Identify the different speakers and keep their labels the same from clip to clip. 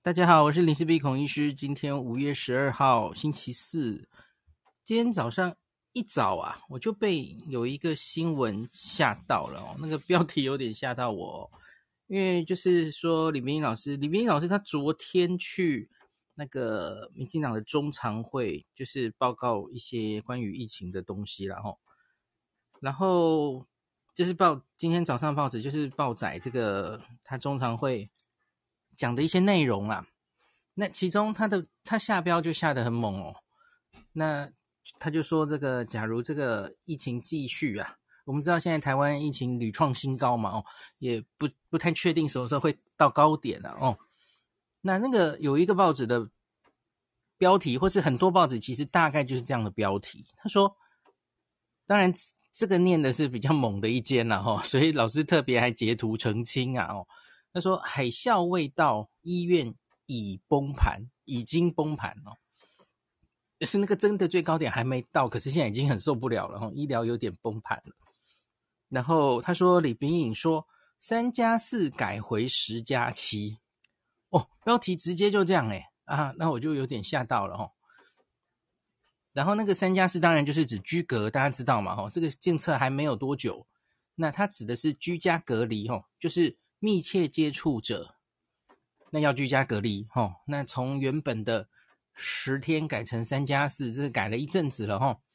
Speaker 1: 大家好，我是林氏鼻孔医师。今天5月12号星期四，今天早上一早啊，我就被有一个新闻吓到了哦。那个标题有点吓到我哦，因为就是说李明英老师他昨天去那个民进党的中常会，就是报告一些关于疫情的东西啦齁。然后就是今天早上报纸就是报载这个他中常会讲的一些内容啊。那其中他下标就下得很猛哦。那他就说这个假如这个疫情继续啊，我们知道现在台湾疫情屡创新高嘛哦，也不太确定什么时候会到高点啊哦。那个有一个报纸的标题，或是很多报纸其实大概就是这样的标题。他说，当然这个念的是比较猛的一间啦齁，所以老师特别还截图澄清啊哦。他说海啸未到，医院已经崩盘哦。就是那个真的最高点还没到，可是现在已经很受不了了齁，医疗有点崩盘了。然后他说李秉颖说3+4改回10+7哦，标题直接就这样那我就有点吓到了齁。然后那个3+4当然就是指居隔，大家知道嘛齁，这个政策还没有多久，那它指的是居家隔离齁，就是密切接触者那要居家隔离齁。那从原本的10天改成3+4，这个改了一阵子了齁。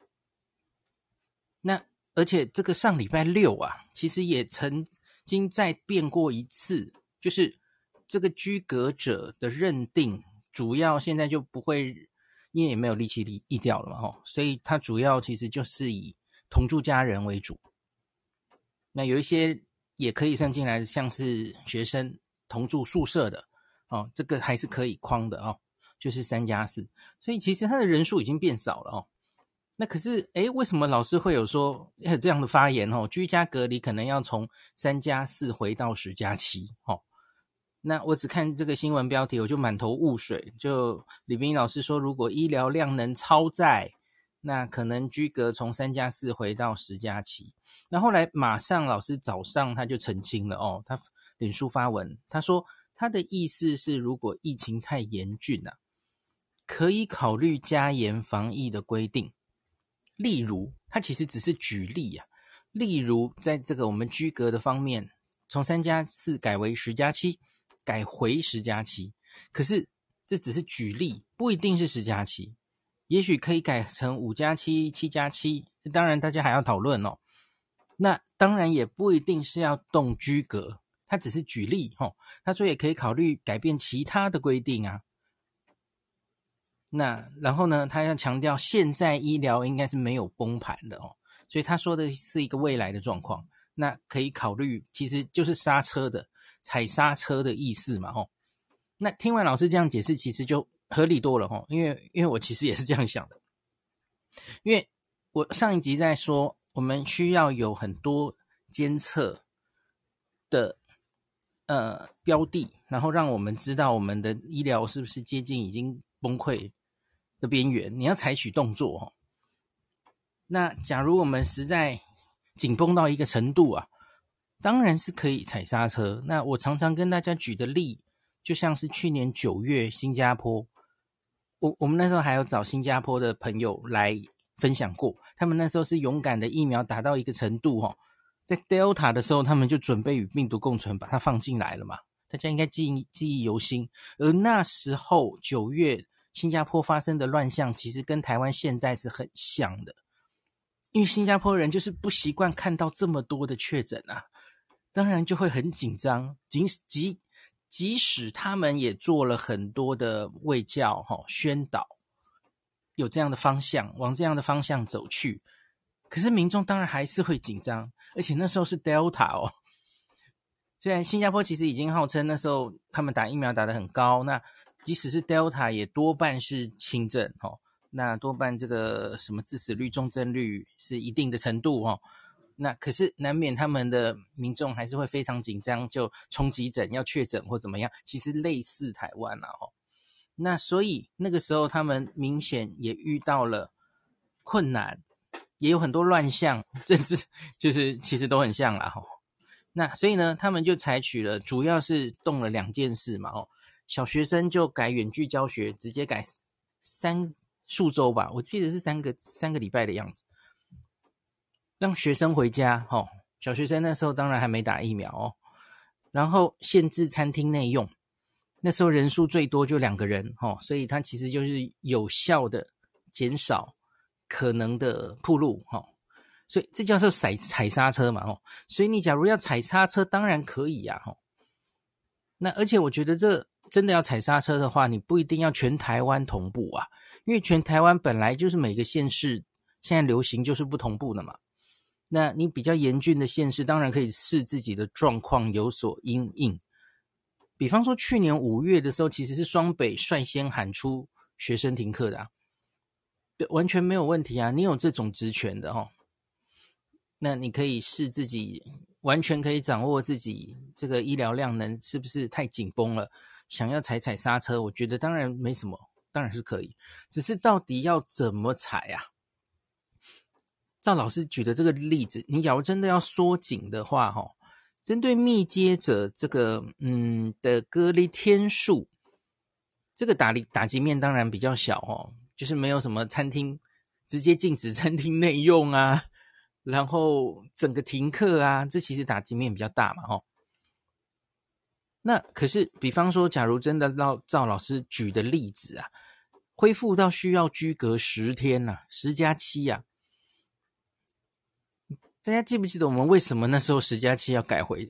Speaker 1: 那而且这个上礼拜六啊，其实也曾经再变过一次，就是这个居隔者的认定，主要现在就不会，因为也没有力气疫调了嘛齁，所以它主要其实就是以同住家人为主。那有一些也可以算进来，像是学生同住宿舍的哦，这个还是可以框的哦，就是3+4，所以其实它的人数已经变少了哦。那可是为什么老师会有说这样的发言哦？居家隔离可能要从3+4回到10+7哦。那我只看这个新闻标题，我就满头雾水。就李秉颖老师说，如果医疗量能超载，那可能居隔从3+4回到10+7。那后来马上老师早上他就澄清了哦，他脸书发文，他说他的意思是，如果疫情太严峻啊，可以考虑加严防疫的规定。例如，他其实只是举例啊，例如在这个我们居隔的方面，从3+4改为10+7，改回10+7，可是这只是举例，不一定是10+7，也许可以改成5+7、7+7，当然大家还要讨论哦。那当然也不一定是要动居隔，他只是举例齁，他说也可以考虑改变其他的规定啊。那然后呢，他要强调现在医疗应该是没有崩盘的哦，所以他说的是一个未来的状况，那可以考虑，其实就是踩刹车的意思嘛齁。那听完老师这样解释，其实就合理多了齁，因为我其实也是这样想的。因为我上一集在说，我们需要有很多监测的标的，然后让我们知道我们的医疗是不是接近已经崩溃的边缘，你要采取动作齁。那假如我们实在紧绷到一个程度啊，当然是可以踩刹车。那我常常跟大家举的例，就像是去年9月新加坡，我们那时候还有找新加坡的朋友来分享过，他们那时候是勇敢的疫苗打到一个程度齁，在 Delta 的时候他们就准备与病毒共存，把它放进来了嘛，大家应该记忆犹新。而那时候9月新加坡发生的乱象，其实跟台湾现在是很像的，因为新加坡人就是不习惯看到这么多的确诊啊，当然就会很紧张，即使他们也做了很多的卫教宣导，有这样的方向，往这样的方向走去，可是民众当然还是会紧张，而且那时候是 Delta 哦。虽然新加坡其实已经号称那时候他们打疫苗打得很高，那即使是 Delta 也多半是轻症齁，那多半这个什么致死率、重症率是一定的程度齁。那可是难免他们的民众还是会非常紧张，就冲急诊要确诊或怎么样，其实类似台湾啦齁。那所以那个时候他们明显也遇到了困难，也有很多乱象，政治就是其实都很像啦齁。那所以呢，他们就采取了，主要是动了2件事嘛齁。 小学生就改远距教学，直接改数周吧，我记得是三个礼拜的样子，让学生回家哦。小学生那时候当然还没打疫苗哦，然后限制餐厅内用，那时候人数最多就2个人哦，所以它其实就是有效的减少可能的暴露哦，所以这叫做踩刹车嘛哦，所以你假如要踩刹车，当然可以呀哦。那而且我觉得这真的要踩刹车的话，你不一定要全台湾同步啊，因为全台湾本来就是每个县市现在流行就是不同步的嘛。那你比较严峻的县市，当然可以视自己的状况有所因应。比方说去年5月的时候，其实是双北率先喊出学生停课的啊，对，完全没有问题啊，你有这种职权的哦。那你可以视自己，完全可以掌握自己这个医疗量能是不是太紧绷了，想要踩刹车，我觉得当然没什么，当然是可以，只是到底要怎么踩啊？赵老师举的这个例子，你假如真的要缩紧的话，针对密接者这个的隔离天数，这个打击面当然比较小哦，就是没有什么餐厅直接禁止餐厅内用啊，然后整个停课啊，这其实打击面比较大嘛那可是比方说，假如真的到赵老师举的例子啊，恢复到需要居隔10天啊，10+7啊。大家记不记得我们为什么那时候10+7要改为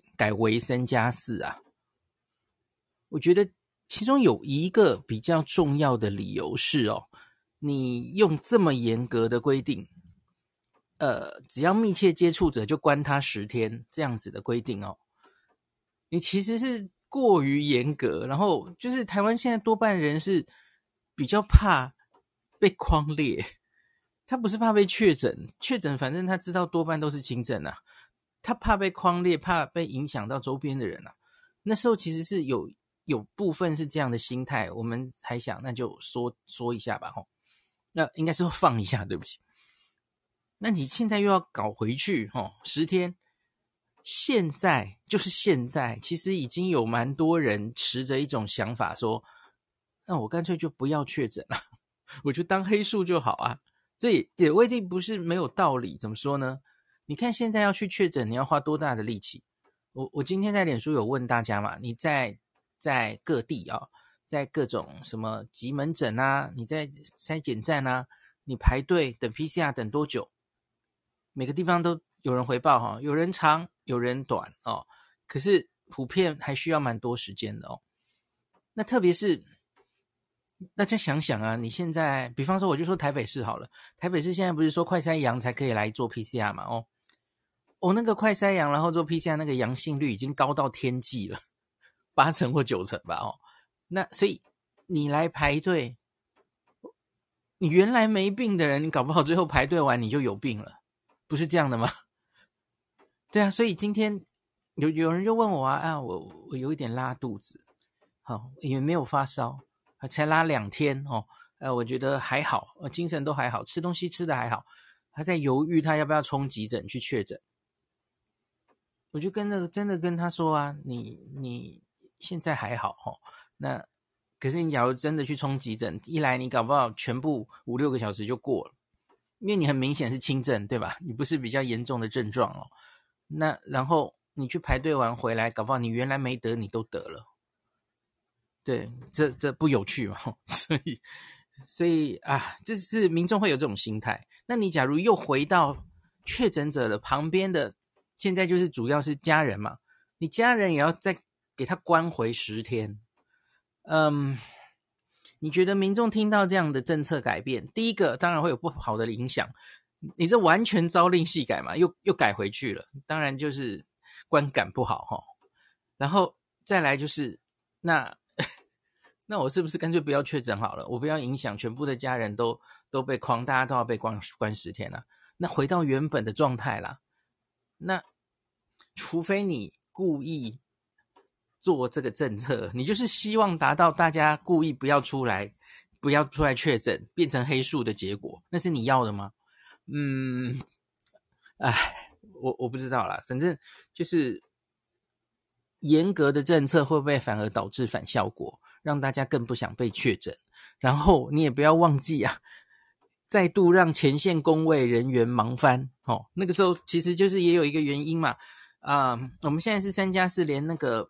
Speaker 1: 3+4啊？我觉得其中有一个比较重要的理由是你用这么严格的规定，只要密切接触者就关他10天这样子的规定你其实是过于严格，然后就是台湾现在多半人是比较怕被匡列。他不是怕被确诊反正他知道多半都是轻症啊，他怕被匡列，怕被影响到周边的人啊。那时候其实是有部分是这样的心态，我们才想那就说一下吧那应该是放一下，对不起。那你现在又要搞回去10天，现在其实已经有蛮多人持着一种想法说，那我干脆就不要确诊了，我就当黑数就好啊。这也未必不是没有道理，怎么说呢？你看现在要去确诊，你要花多大的力气？我今天在脸书有问大家嘛，你在各地在各种什么急门诊啊，你在筛检站啊，你排队等 PCR 等多久？每个地方都有人回报有人长，有人短可是普遍还需要蛮多时间的那特别是大家想想啊，你现在比方说我就说台北市好了，台北市现在不是说快筛阳才可以来做 PCR 嘛那个快筛阳然后做 PCR 那个阳性率已经高到天际了，8成或9成吧那所以你来排队，你原来没病的人，你搞不好最后排队完你就有病了，不是这样的吗？对啊，所以今天有人就问我我有一点拉肚子，也没有发烧，才拉2天我觉得还好，精神都还好，吃东西吃的还好，他在犹豫他要不要冲急诊去确诊。我就真的跟他说啊，你现在还好那可是你假如真的去冲急诊，一来你搞不好全部5-6个小时就过了，因为你很明显是轻症对吧？你不是比较严重的症状那然后你去排队完回来，搞不好你原来没得你都得了，对，这不有趣嘛所以这是民众会有这种心态。那你假如又回到确诊者的旁边的，现在就是主要是家人嘛，你家人也要再给他关回10天。你觉得民众听到这样的政策改变，第一个当然会有不好的影响，你这完全朝令夕改嘛，又改回去了，当然就是观感不好然后再来就是那我是不是干脆不要确诊好了？我不要影响全部的家人都被框，大家都要被关10天了。那回到原本的状态啦。那除非你故意做这个政策，你就是希望达到大家故意不要出来确诊，变成黑数的结果，那是你要的吗？我不知道啦，反正就是严格的政策会不会反而导致反效果？ 让大家更不想被确诊。然后你也不要忘记啊，再度让前线公卫人员忙翻哦。那个时候其实就是也有一个原因嘛，我们现在是3+4，连那个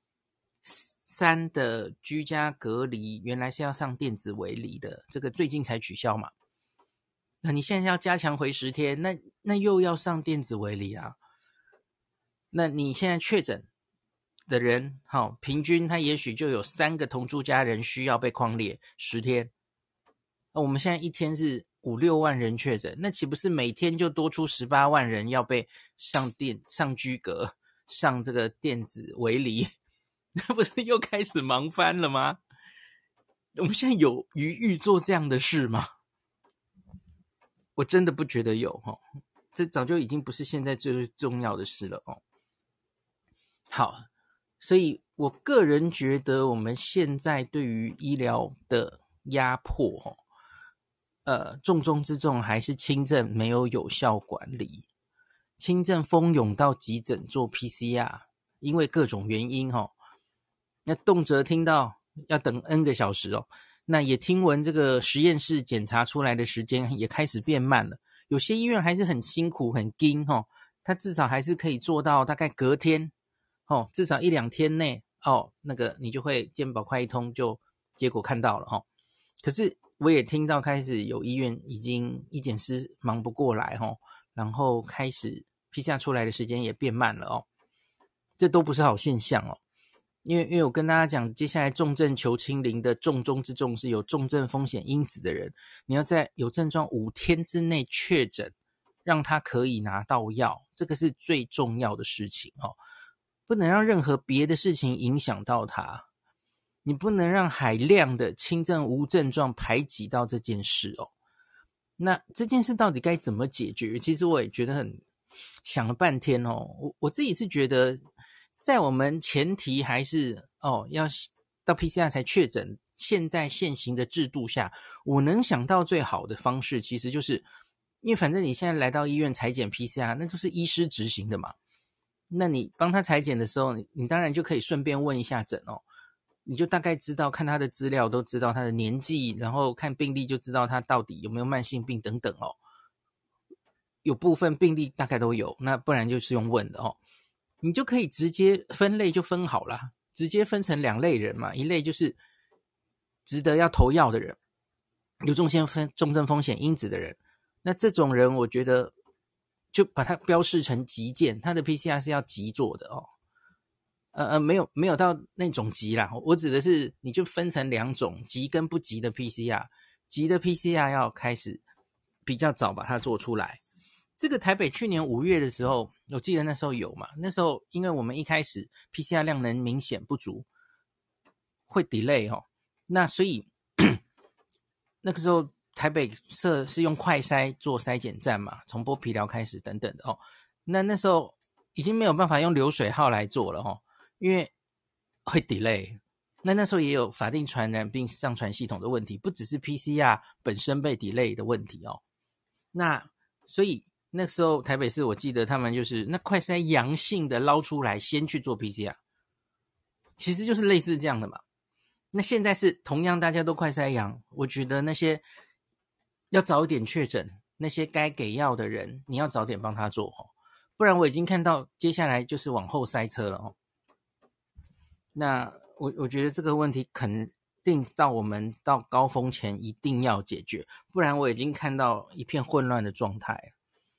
Speaker 1: 3的居家隔离原来是要上电子围篱的，这个最近才取消嘛。那你现在要加强回10天，那又要上电子围篱啊。那你现在确诊的人，平均他也许就有3个同住家人需要被匡列10天。我们现在一天是5、6万人确诊，那岂不是每天就多出18万人要被上居隔、上这个电子围篱？那不是又开始忙翻了吗？我们现在有余裕做这样的事吗？我真的不觉得有，这早就已经不是现在最重要的事了。好，所以我个人觉得我们现在对于医疗的压迫，重中之重还是轻症没有有效管理，轻症蜂拥到急诊做 PCR， 因为各种原因那动辄听到要等 N 个小时那也听闻这个实验室检查出来的时间也开始变慢了，有些医院还是很辛苦很紧它至少还是可以做到大概隔天至少1-2天内那个你就会健保快一通就结果看到了可是我也听到开始有医院已经医检师忙不过来然后开始 PCR 出来的时间也变慢了这都不是好现象因为我跟大家讲，接下来重症求清零的重中之重是有重症风险因子的人，你要在有症状5天之内确诊，让他可以拿到药，这个是最重要的事情不能让任何别的事情影响到他，你不能让海量的轻症无症状排挤到这件事那这件事到底该怎么解决？其实我也觉得想了半天我自己是觉得，在我们前提还是要到 PCR 才确诊，现在现行的制度下，我能想到最好的方式，其实就是因为反正你现在来到医院采检 PCR， 那就是医师执行的嘛。那你帮他采检的时候，你当然就可以顺便问一下诊你就大概知道，看他的资料都知道他的年纪，然后看病历就知道他到底有没有慢性病等等有部分病例大概都有，那不然就是用问的你就可以直接分类就分好了，直接分成2类人嘛，一类就是值得要投药的人，有重症风险因子的人，那这种人我觉得就把它标示成急件，他的 PCR 是要急做的没有到那种急啦，我指的是你就分成2种，急跟不急的 PCR， 急的 PCR 要开始比较早把它做出来。这个台北去年5月的时候，我记得那时候有嘛，那时候因为我们一开始 PCR 量能明显不足，会 delay 那所以那个时候台北社是用快筛做筛检站嘛，从剥皮寮开始等等的那时候已经没有办法用流水号来做了因为会 delay。那时候也有法定传染病上传系统的问题，不只是 PCR 本身被 delay 的问题那所以那时候台北市我记得他们就是那快筛阳性的捞出来先去做 PCR， 其实就是类似这样的嘛。那现在是同样大家都快筛阳，我觉得那些要早点确诊，那些该给药的人你要早点帮他做不然我已经看到接下来就是往后塞车了那我觉得这个问题肯定到我们到高峰前一定要解决，不然我已经看到一片混乱的状态。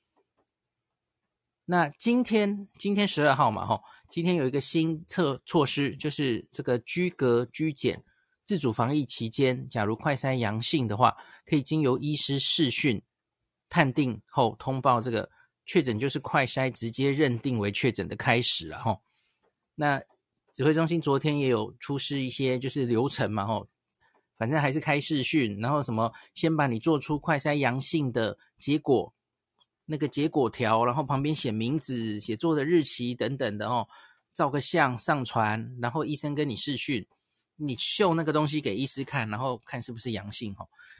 Speaker 1: 那今天12号嘛今天有一个新措施，就是这个居隔居检自主防疫期间，假如快筛阳性的话，可以经由医师视讯判定后通报这个确诊，就是快筛直接认定为确诊的开始了那指挥中心昨天也有出示一些就是流程嘛反正还是开视讯，然后什么先把你做出快筛阳性的结果，那个结果条，然后旁边写名字、写作的日期等等的照个相上传，然后医生跟你视讯，你秀那个东西给医师看，然后看是不是阳性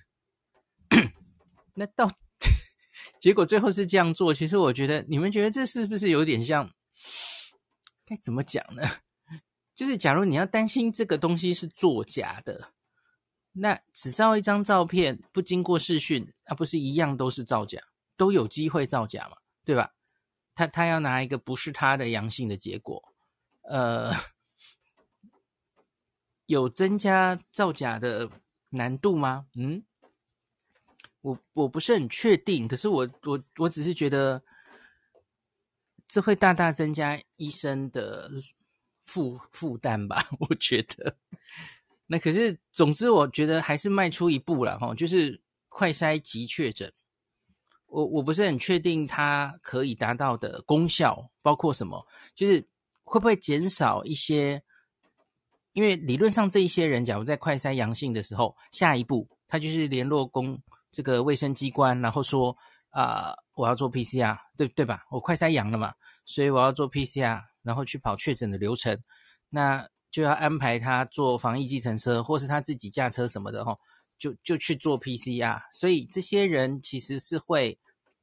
Speaker 1: 那到结果最后是这样做，其实我觉得你们觉得这是不是有点像该怎么讲呢？ 就是假如你要担心这个东西是作假的，那只照一张照片不经过视讯，不是一样都是造假，都有机会造假嘛，对吧？他要拿一个不是他的阳性的结果，有增加造假的难度吗？我不是很确定，可是我只是觉得这会大大增加医生的负担吧，我觉得。那可是总之我觉得还是迈出一步了齁，就是快筛即确诊。我不是很确定它可以达到的功效包括什么，就是会不会减少一些，因为理论上这一些人假如在快筛阳性的时候，下一步他就是联络这个卫生机关，然后说我要做 PCR， 对吧？我快筛阳了嘛，所以我要做 PCR， 然后去跑确诊的流程，那就要安排他坐防疫计程车，或是他自己驾车什么的齁，就去做 PCR， 所以这些人其实是会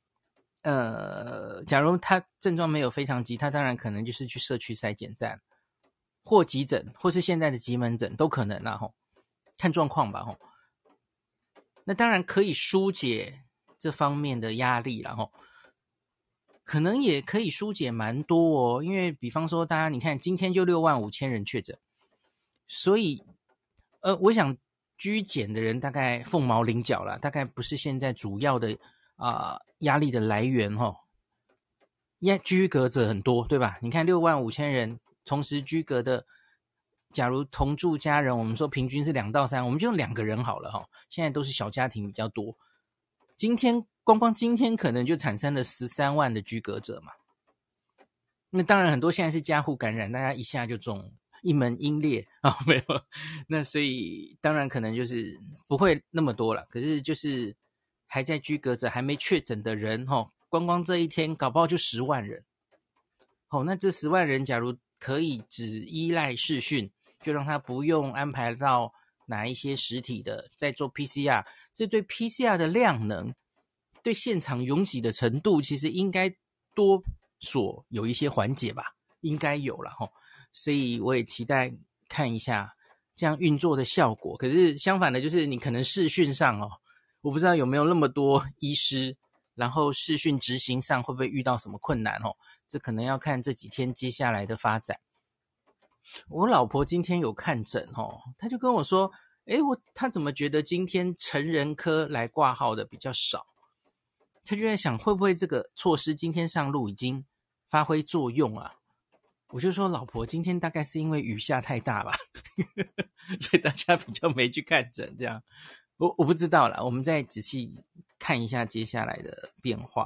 Speaker 1: 假如他症状没有非常急，他当然可能就是去社区筛检站或急诊，或是现在的急门诊都可能啦齁，看状况吧齁。那当然可以疏解这方面的压力啦齁，可能也可以疏解蛮多哦，因为比方说大家你看今天就65000人确诊，所以我想居检的人大概凤毛麟角啦，大概不是现在主要的压力的来源齁。居隔者很多，对吧？你看65000人同时居隔的，假如同住家人，我们说平均是2到3，我们就用2个人好了齁。现在都是小家庭比较多，光今天可能就产生了13万的居隔者嘛。那当然很多现在是家户感染，大家一下就中一门英烈没有。那所以当然可能就是不会那么多了，可是就是还在居隔者还没确诊的人光这一天搞不好就10万人。那这10万人假如可以只依赖视讯，就让他不用安排到哪一些实体的在做 PCR， 这对 PCR 的量能，对现场拥挤的程度其实应该多所有一些缓解吧，应该有啦齁。所以我也期待看一下这样运作的效果。可是相反的就是你可能视讯上我不知道有没有那么多医师，然后视讯执行上会不会遇到什么困难这可能要看这几天接下来的发展。我老婆今天有看诊她就跟我说她怎么觉得今天成人科来挂号的比较少，她就在想会不会这个措施今天上路已经发挥作用啊。我就说老婆今天大概是因为雨下太大吧所以大家比较没去看诊这样。我不知道啦，我们再仔细看一下接下来的变化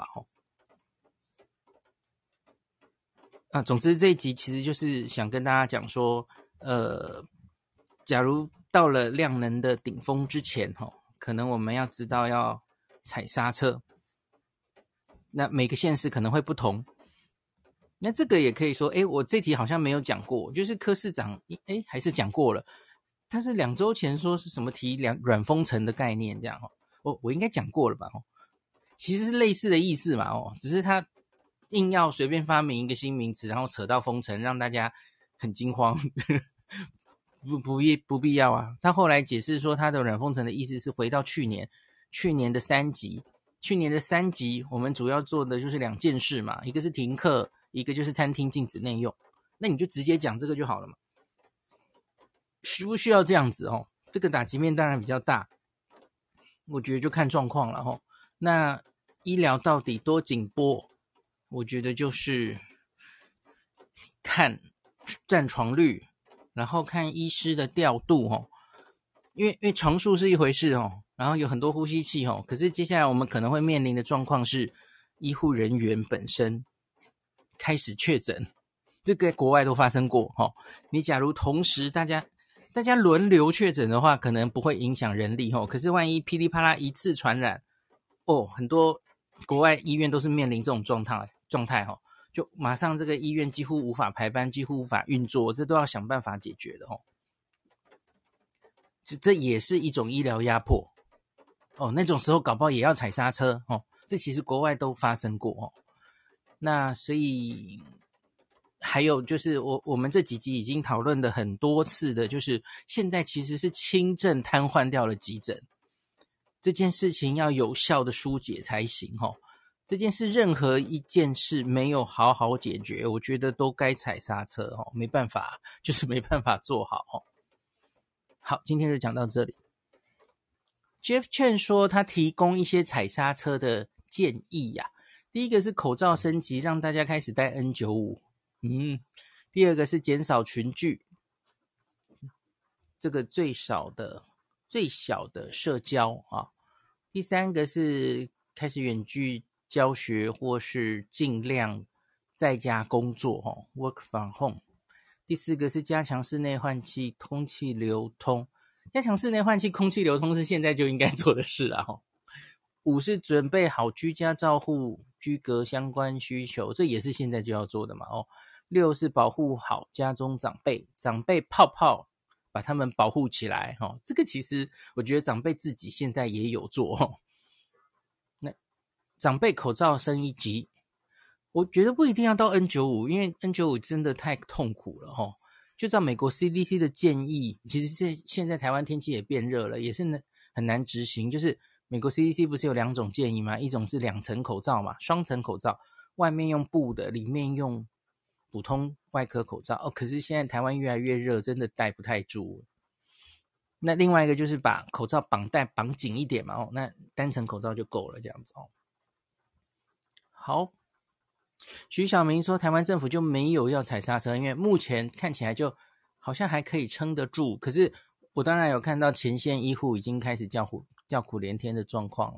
Speaker 1: 总之这一集其实就是想跟大家讲说假如到了量能的顶峰之前可能我们要知道要踩刹车，那每个县市可能会不同。那这个也可以说我这题好像没有讲过，就是柯市长还是讲过了，他是2周前说是什么提软封城的概念这样我应该讲过了吧其实是类似的意思嘛只是他硬要随便发明一个新名词，然后扯到封城让大家很惊慌不必要啊。他后来解释说他的软封城的意思是回到去年的3级，去年的3级我们主要做的就是2件事嘛，一个是停课，一个就是餐厅禁止内用，那你就直接讲这个就好了嘛。需不需要这样子这个打击面当然比较大，我觉得就看状况了那医疗到底多紧迫，我觉得就是看占床率，然后看医师的调度因为床数是一回事然后有很多呼吸器可是接下来我们可能会面临的状况是医护人员本身开始确诊，这个国外都发生过你假如同时大家轮流确诊的话，可能不会影响人力可是万一噼里啪啦一次传染很多国外医院都是面临这种状态就马上这个医院几乎无法排班，几乎无法运作，这都要想办法解决的这也是一种医疗压迫那种时候搞不好也要踩刹车这其实国外都发生过那所以还有就是我们这几集已经讨论的很多次的，就是现在其实是轻症瘫痪掉了急诊，这件事情要有效的疏解才行齁。这件事任何一件事没有好好解决，我觉得都该踩刹车齁，没办法，就是没办法做好齁。好，今天就讲到这里。Jeff Chen 说他提供一些踩刹车的建议呀，第一个是口罩升级，让大家开始戴 N95，第二个是减少群聚，这个最小的社交啊，第三个是开始远距教学或是尽量在家工作work from home， 第四个是加强室内换气空气流通，加强室内换气空气流通是现在就应该做的事啊。5是准备好居家照护居隔相关需求，这也是现在就要做的嘛。6是保护好家中长辈泡泡把他们保护起来这个其实我觉得长辈自己现在也有做那长辈口罩升一级，我觉得不一定要到 N95， 因为 N95 真的太痛苦了就照美国 CDC 的建议，其实现在台湾天气也变热了，也是很难执行。就是美国 CDC 不是有2种建议吗？一种是2层口罩嘛，双层口罩，外面用布的，里面用普通外科口罩可是现在台湾越来越热，真的戴不太住。那另外一个就是把口罩绑紧一点嘛那单层口罩就够了这样子好，徐小明说台湾政府就没有要踩刹车，因为目前看起来就好像还可以撑得住，可是我当然有看到前线医护已经开始叫苦连天的状况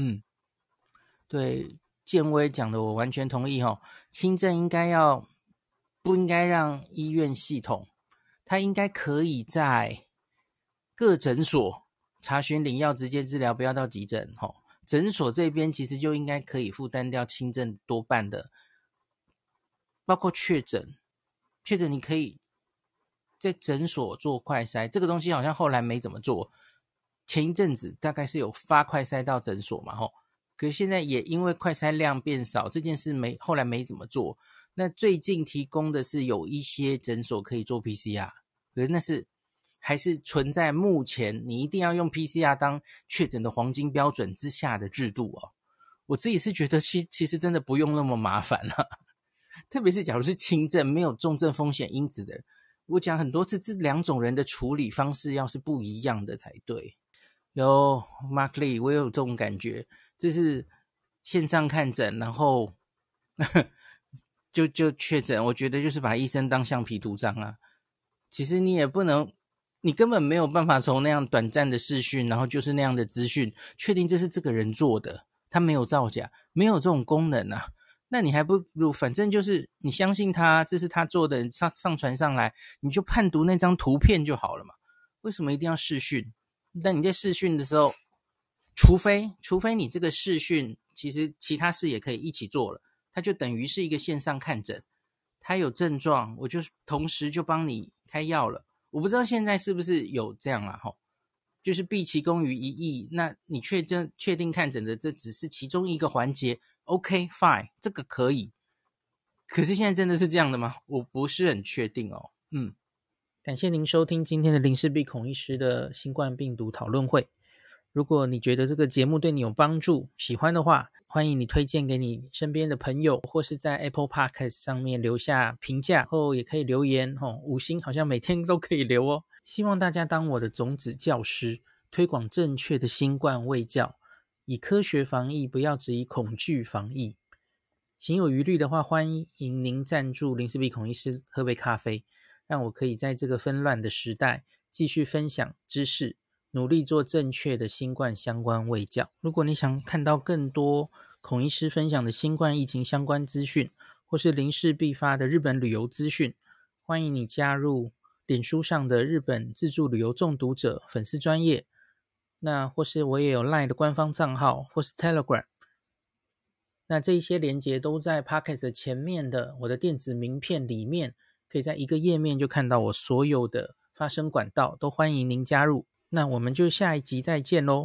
Speaker 1: 对，建威讲的我完全同意轻症不应该让医院系统，它应该可以在各诊所查询领药直接治疗，不要到急诊诊所这边其实就应该可以负担掉轻症多半的，包括确诊你可以在诊所做快筛，这个东西好像后来没怎么做，前一阵子大概是有发快筛到诊所嘛可是现在也因为快筛量变少，这件事后来没怎么做。那最近提供的是有一些诊所可以做 PCR， 可是那是还是存在目前你一定要用 PCR 当确诊的黄金标准之下的制度我自己是觉得其实真的不用那么麻烦特别是假如是轻症没有重症风险因子的人，我讲很多次，这2种人的处理方式要是不一样的才对。有 Mark Lee， 我有这种感觉，这是线上看诊然后就确诊，我觉得就是把医生当橡皮图章啊。其实你也不能，你根本没有办法从那样短暂的视讯，然后就是那样的资讯确定这是这个人做的，他没有造假，没有这种功能啊。那你还不如反正就是你相信他，这是他做的，上传上来你就判读那张图片就好了嘛，为什么一定要视讯？但你在视讯的时候，除非你这个视讯其实其他事也可以一起做了，它就等于是一个线上看诊，他有症状我就同时就帮你开药了。我不知道现在是不是有这样啦就是毕其功于一役，那你确定看诊的这只是其中一个环节， OK fine， 这个可以。可是现在真的是这样的吗？我不是很确定感谢您收听今天的林氏璧孔医师的新冠病毒讨论会。如果你觉得这个节目对你有帮助，喜欢的话，欢迎你推荐给你身边的朋友，或是在 Apple Podcast 上面留下评价，后也可以留言5星好像每天都可以留希望大家当我的种子教师，推广正确的新冠卫教，以科学防疫，不要只以恐惧防疫。行有余力的话，欢迎您赞助林氏璧孔医师喝杯咖啡，让我可以在这个纷乱的时代继续分享知识，努力做正确的新冠相关卫教。如果你想看到更多孔医师分享的新冠疫情相关资讯，或是林氏璧发的日本旅游资讯，欢迎你加入脸书上的日本自助旅游中毒者粉丝专页，那或是我也有 LINE 的官方账号，或是 Telegram。那这一些连结都在 Podcast 前面的我的电子名片里面，可以在一个页面就看到我所有的发声管道，都欢迎您加入。那我们就下一集再见咯。